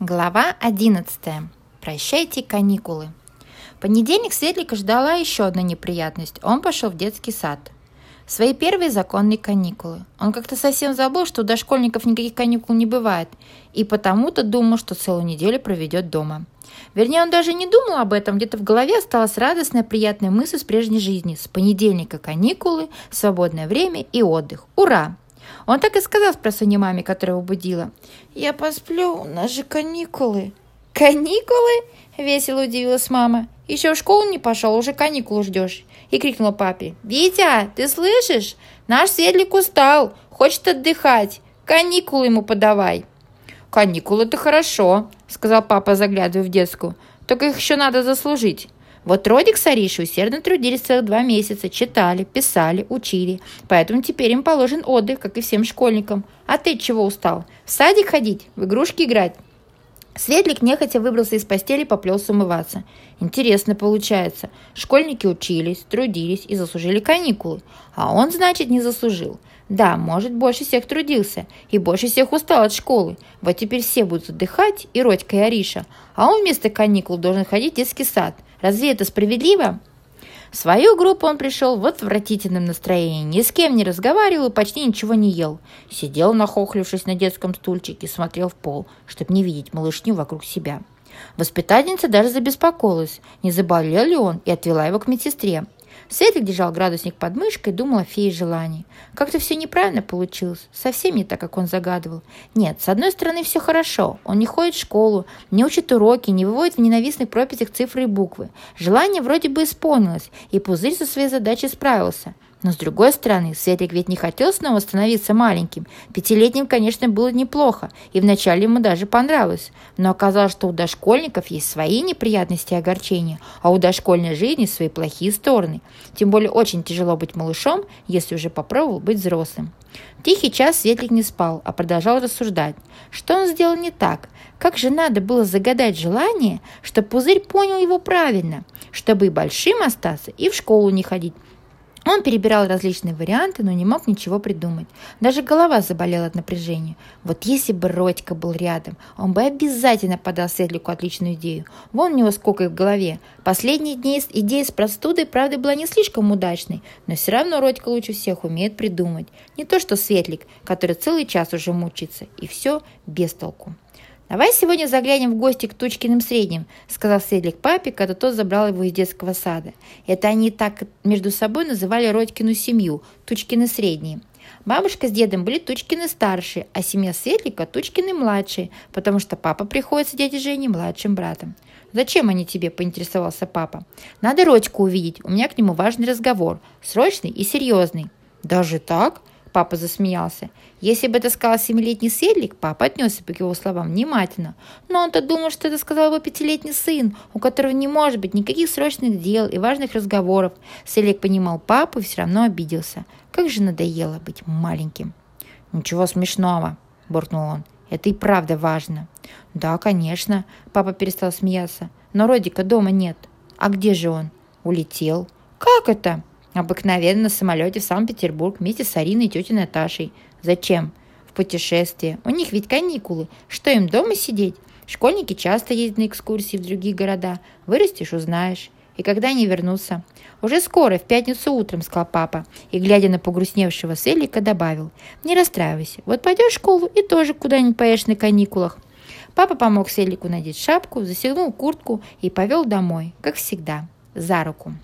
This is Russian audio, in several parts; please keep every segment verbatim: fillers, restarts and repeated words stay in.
Глава одиннадцатая. Прощайте каникулы. В понедельник Светлика ждала еще одна неприятность. Он пошел в детский сад. Свои первые законные каникулы. Он как-то совсем забыл, что у дошкольников никаких каникул не бывает, и потому-то думал, что целую неделю проведет дома. Вернее, он даже не думал об этом, где-то в голове осталась радостная, приятная мысль с прежней жизни. С понедельника каникулы, свободное время и отдых. Ура! Он так и сказал спросонья маме, которая его будила. «Я посплю, у нас же каникулы». «Каникулы?» – весело удивилась мама. «Еще в школу не пошел, уже каникулу ждешь». И крикнула папе. «Витя, ты слышишь? Наш Светлик устал, хочет отдыхать. Каникулы ему подавай». «Каникулы – это хорошо», – сказал папа, заглядывая в детскую. «Только их еще надо заслужить». Вот Родик с Аришей усердно трудились целых два месяца, читали, писали, учили. Поэтому теперь им положен отдых, как и всем школьникам. А ты чего устал? В садик ходить? В игрушки играть? Светлик нехотя выбрался из постели и поплелся умываться. Интересно получается. Школьники учились, трудились и заслужили каникулы. А он, значит, не заслужил. Да, может, больше всех трудился и больше всех устал от школы. Вот теперь все будут отдыхать, и Родька, и Ариша. А он вместо каникул должен ходить в детский сад. Разве это справедливо? В свою группу он пришел в отвратительном настроении. Ни с кем не разговаривал и почти ничего не ел. Сидел, нахохлившись на детском стульчике, и смотрел в пол, чтобы не видеть малышню вокруг себя. Воспитательница даже забеспокоилась, не заболел ли он, и отвела его к медсестре. Светлик держал градусник под мышкой и думал о фее желаний. Как-то все неправильно получилось, совсем не так, как он загадывал. Нет, с одной стороны, все хорошо. Он не ходит в школу, не учит уроки, не выводит в ненавистных прописях цифры и буквы. Желание вроде бы исполнилось, и пузырь со своей задачей справился. Но с другой стороны, Светлик ведь не хотел снова становиться маленьким. Пятилетним, конечно, было неплохо, и вначале ему даже понравилось. Но оказалось, что у дошкольников есть свои неприятности и огорчения, а у дошкольной жизни свои плохие стороны. Тем более очень тяжело быть малышом, если уже попробовал быть взрослым. В тихий час Светлик не спал, а продолжал рассуждать. Что он сделал не так? Как же надо было загадать желание, чтобы пузырь понял его правильно, чтобы и большим остаться, и в школу не ходить. Он перебирал различные варианты, но не мог ничего придумать. Даже голова заболела от напряжения. Вот если бы Родька был рядом, он бы обязательно подал Светлику отличную идею. Вон у него сколько их в голове. Последние дни идея с простудой, правда, была не слишком удачной, но все равно Родька лучше всех умеет придумать. Не то что Светлик, который целый час уже мучится, и все без толку. «Давай сегодня заглянем в гости к Тучкиным средним», — сказал Светлик папе, когда тот забрал его из детского сада. Это они так между собой называли Родькину семью — Тучкины средние. Бабушка с дедом были Тучкины старшие, а семья Светлика — Тучкины младшие, потому что папа приходится дяде Жене младшим братом. «Зачем они тебе?» — поинтересовался папа. «Надо Родьку увидеть, у меня к нему важный разговор, срочный и серьезный». «Даже так?» — папа засмеялся. Если бы это сказал семилетний Светлик, папа отнесся бы к его словам внимательно. Но он-то думал, что это сказал его пятилетний сын, у которого не может быть никаких срочных дел и важных разговоров. Светлик понимал папу и все равно обиделся. Как же надоело быть маленьким. «Ничего смешного», – буркнул он. «Это и правда важно». «Да, конечно», – папа перестал смеяться. «Но Родика дома нет». «А где же он?» «Улетел». «Как это?» «Обыкновенно на самолете в Санкт-Петербург вместе с Ариной и тетей Наташей». «Зачем?» «В путешествие. У них ведь каникулы. Что им дома сидеть? Школьники часто ездят на экскурсии в другие города. Вырастешь – узнаешь. И когда они вернутся?» «Уже скоро, в пятницу утром», – сказал папа. И, глядя на погрустневшего Светлика, добавил. «Не расстраивайся. Вот пойдешь в школу и тоже куда-нибудь поедешь на каникулах». Папа помог Светлику надеть шапку, застегнул куртку и повел домой, как всегда, за руку.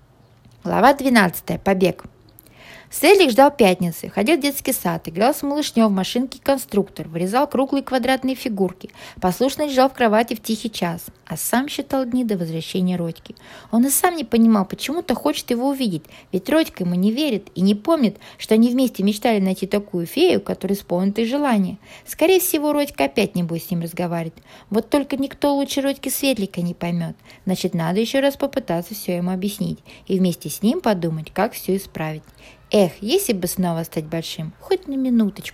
Глава двенадцатая. Побег. Светлик ждал пятницы, ходил в детский сад, играл с малышней в машинке-конструктор, вырезал круглые квадратные фигурки, послушно лежал в кровати в тихий час, а сам считал дни до возвращения Родьки. Он и сам не понимал, почему-то хочет его увидеть, ведь Родька ему не верит и не помнит, что они вместе мечтали найти такую фею, которая исполнит их желание. Скорее всего, Родька опять не будет с ним разговаривать. Вот только никто лучше Родьки Светлика не поймет. Значит, надо еще раз попытаться все ему объяснить и вместе с ним подумать, как все исправить. Эх, если бы снова стать большим, хоть на минуточку.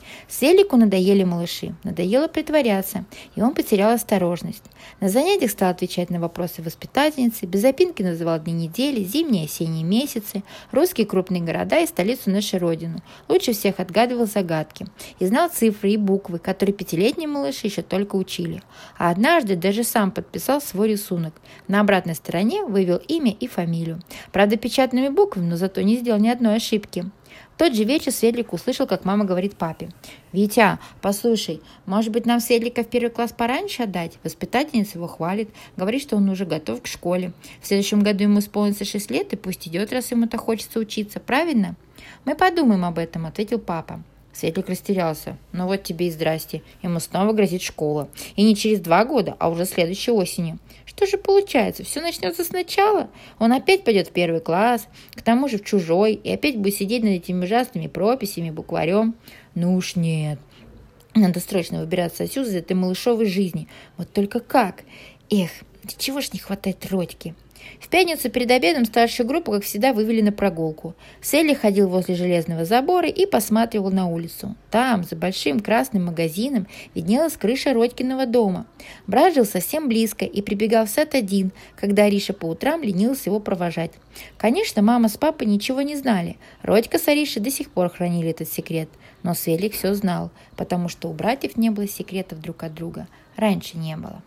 Светлику надоели малыши, надоело притворяться, и он потерял осторожность. На занятиях стал отвечать на вопросы воспитательницы, без запинки называл дни недели, зимние и осенние месяцы, русские крупные города и столицу нашей родину. Лучше всех отгадывал загадки и знал цифры и буквы, которые пятилетние малыши еще только учили. А однажды даже сам подписал свой рисунок. На обратной стороне вывел имя и фамилию. Правда, печатными буквами, но зато не сделал ни одной ошибки. В тот же вечер Светлик услышал, как мама говорит папе: «Витя, послушай, может быть, нам Светлика в первый класс пораньше отдать? Воспитательница его хвалит, говорит, что он уже готов к школе. В следующем году ему исполнится шесть лет, и пусть идет, раз ему-то хочется учиться, правильно?» «Мы подумаем об этом», — ответил папа. Светлик растерялся. «Ну вот тебе и здрасте. Ему снова грозит школа. И не через два года, а уже следующей осенью. Что же получается? Все начнется сначала? Он опять пойдет в первый класс, к тому же в чужой, и опять будет сидеть над этими ужасными прописями, букварем? Ну уж нет. Надо срочно выбираться отсюда из этой малышовой жизни. Вот только как? Эх, чего ж не хватает Родьки?» В пятницу перед обедом старшую группу, как всегда, вывели на прогулку. Селли ходил возле железного забора и посматривал на улицу. Там, за большим красным магазином, виднелась крыша Родькиного дома. Брат жил совсем близко и прибегал в сад один, когда Ариша по утрам ленилась его провожать. Конечно, мама с папой ничего не знали. Родька с Аришей до сих пор хранили этот секрет. Но Селик все знал, потому что у братьев не было секретов друг от друга. Раньше не было.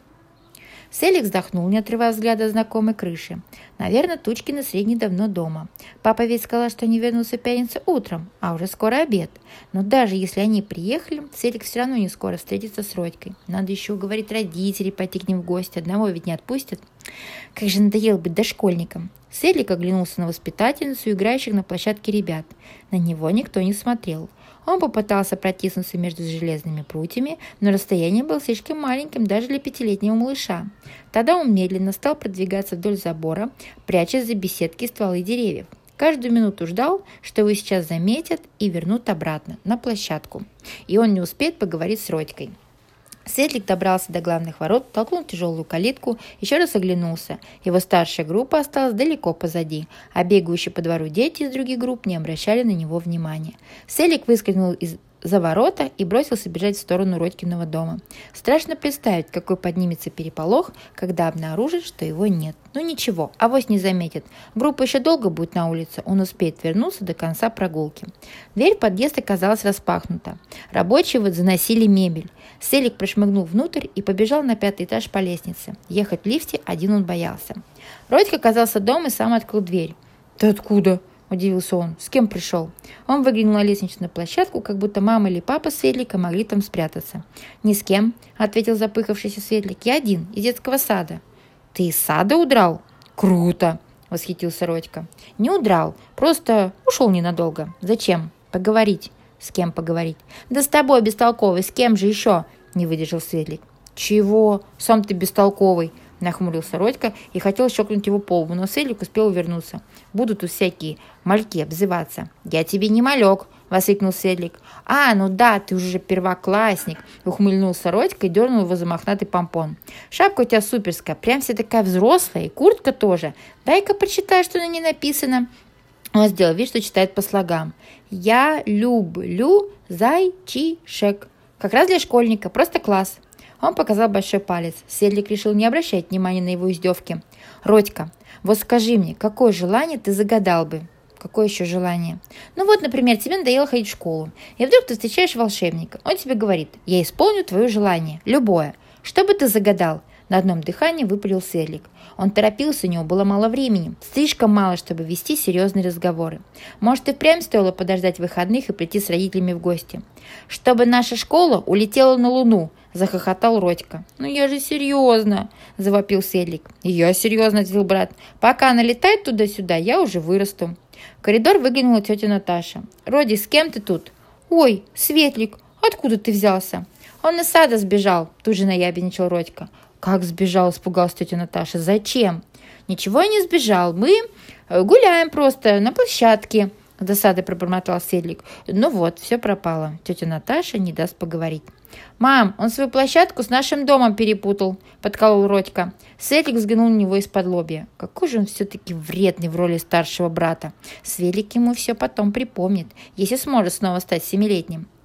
Селик вздохнул, не отрывая взгляда от знакомой крыши. Наверное, Тучкины средний давно дома. Папа ведь сказал, что они вернутся в пятницу утром, а уже скоро обед. Но даже если они приехали, Селик все равно не скоро встретится с Родькой. Надо еще уговорить родителей пойти к ним в гости, одного ведь не отпустят. Как же надоело быть дошкольником. Селик оглянулся на воспитательницу, играющих на площадке ребят. На него никто не смотрел. Он попытался протиснуться между железными прутьями, но расстояние было слишком маленьким даже для пятилетнего малыша. Тогда он медленно стал продвигаться вдоль забора, прячась за беседки и стволы деревьев. Каждую минуту ждал, что его сейчас заметят и вернут обратно, на площадку. И он не успеет поговорить с Родькой. Светлик добрался до главных ворот, толкнул тяжелую калитку, еще раз оглянулся. Его старшая группа осталась далеко позади, а бегающие по двору дети из других групп не обращали на него внимания. Светлик выскользнул из за ворота и бросился бежать в сторону Родькиного дома. Страшно представить, какой поднимется переполох, когда обнаружит, что его нет. Ну ничего, авось не заметит. Группа еще долго будет на улице, он успеет вернуться до конца прогулки. Дверь в подъезд оказалась распахнута. Рабочие вот заносили мебель. Селик прошмыгнул внутрь и побежал на пятый этаж по лестнице. Ехать в лифте один он боялся. Родька оказался дома и сам открыл дверь. «Ты откуда?» – удивился он. «С кем пришел?» Он выглянул на лестничную площадку, как будто мама или папа Светлика могли там спрятаться. «Ни с кем», – ответил запыхавшийся Светлик. «Я один, из детского сада». «Ты из сада удрал?» «Круто!» – восхитился Родька. «Не удрал, просто ушел ненадолго. Зачем? Поговорить». «С кем поговорить?» «Да с тобой, бестолковый, с кем же еще?» – не выдержал Светлик. «Чего? Сам ты бестолковый!» – нахмурился Родька и хотел щелкнуть его по лбу, но Светлик успел увернуться. «Будут тут всякие мальки обзываться». «Я тебе не малек!» – воскликнул Светлик. «А, ну да, ты уже первоклассник!» – ухмыльнулся Родька и дернул его за мохнатый помпон. «Шапка у тебя суперская, прям вся такая взрослая, и куртка тоже. Дай-ка прочитай, что на ней написано». Он сделал вид, что читает по слогам. «Я люблю зайчишек». Как раз для школьника, просто класс. Он показал большой палец. Светлик решил не обращать внимания на его издевки. «Родька, вот скажи мне, какое желание ты загадал бы?» «Какое еще желание?» «Ну вот, например, тебе надоело ходить в школу. И вдруг ты встречаешь волшебника. Он тебе говорит: я исполню твое желание, любое. Что бы ты загадал?» На одном дыхании выпалил Светлик. Он торопился, у него было мало времени. Слишком мало, чтобы вести серьезные разговоры. Может, и впрямь стоило подождать выходных и прийти с родителями в гости. «Чтобы наша школа улетела на Луну», – захохотал Родька. «Ну я же серьезно», – завопил Светлик. «И я серьезно», – ответил брат. «Пока она летает туда-сюда, я уже вырасту». В коридор выглянула тетя Наташа. «Роди, с кем ты тут?» «Ой, Светлик, откуда ты взялся?» «Он из сада сбежал», – тут же наябедничал Родька. «Как сбежал?» – испугалась тетя Наташа. «Зачем?» «Ничего я не сбежал. Мы гуляем просто на площадке», – с досадой пробормотал Светлик. «Ну вот, все пропало. Тетя Наташа не даст поговорить». «Мам, он свою площадку с нашим домом перепутал», – подколол Родька. Светлик взглянул на него из-под лобья. Какой же он все-таки вредный в роли старшего брата. Светлик ему все потом припомнит, если сможет снова стать семилетним.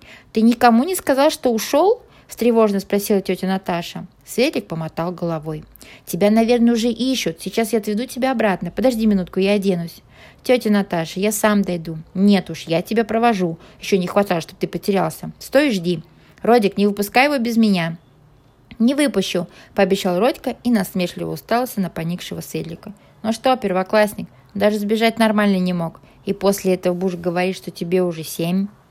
«Ты никому не сказал, что ушел?» – встревоженно спросила тетя Наташа. Светик помотал головой. «Тебя, наверное, уже ищут. Сейчас я отведу тебя обратно. Подожди минутку, я оденусь». «Тетя Наташа, я сам дойду». «Нет уж, я тебя провожу. Еще не хватало, чтобы ты потерялся. Стой и жди. Родик, не выпускай его без меня». «Не выпущу», – пообещал Родька и насмешливо уставился на поникшего Светлика. «Ну что, первоклассник, даже сбежать нормально не мог. И после этого будешь говорить, что тебе уже семь».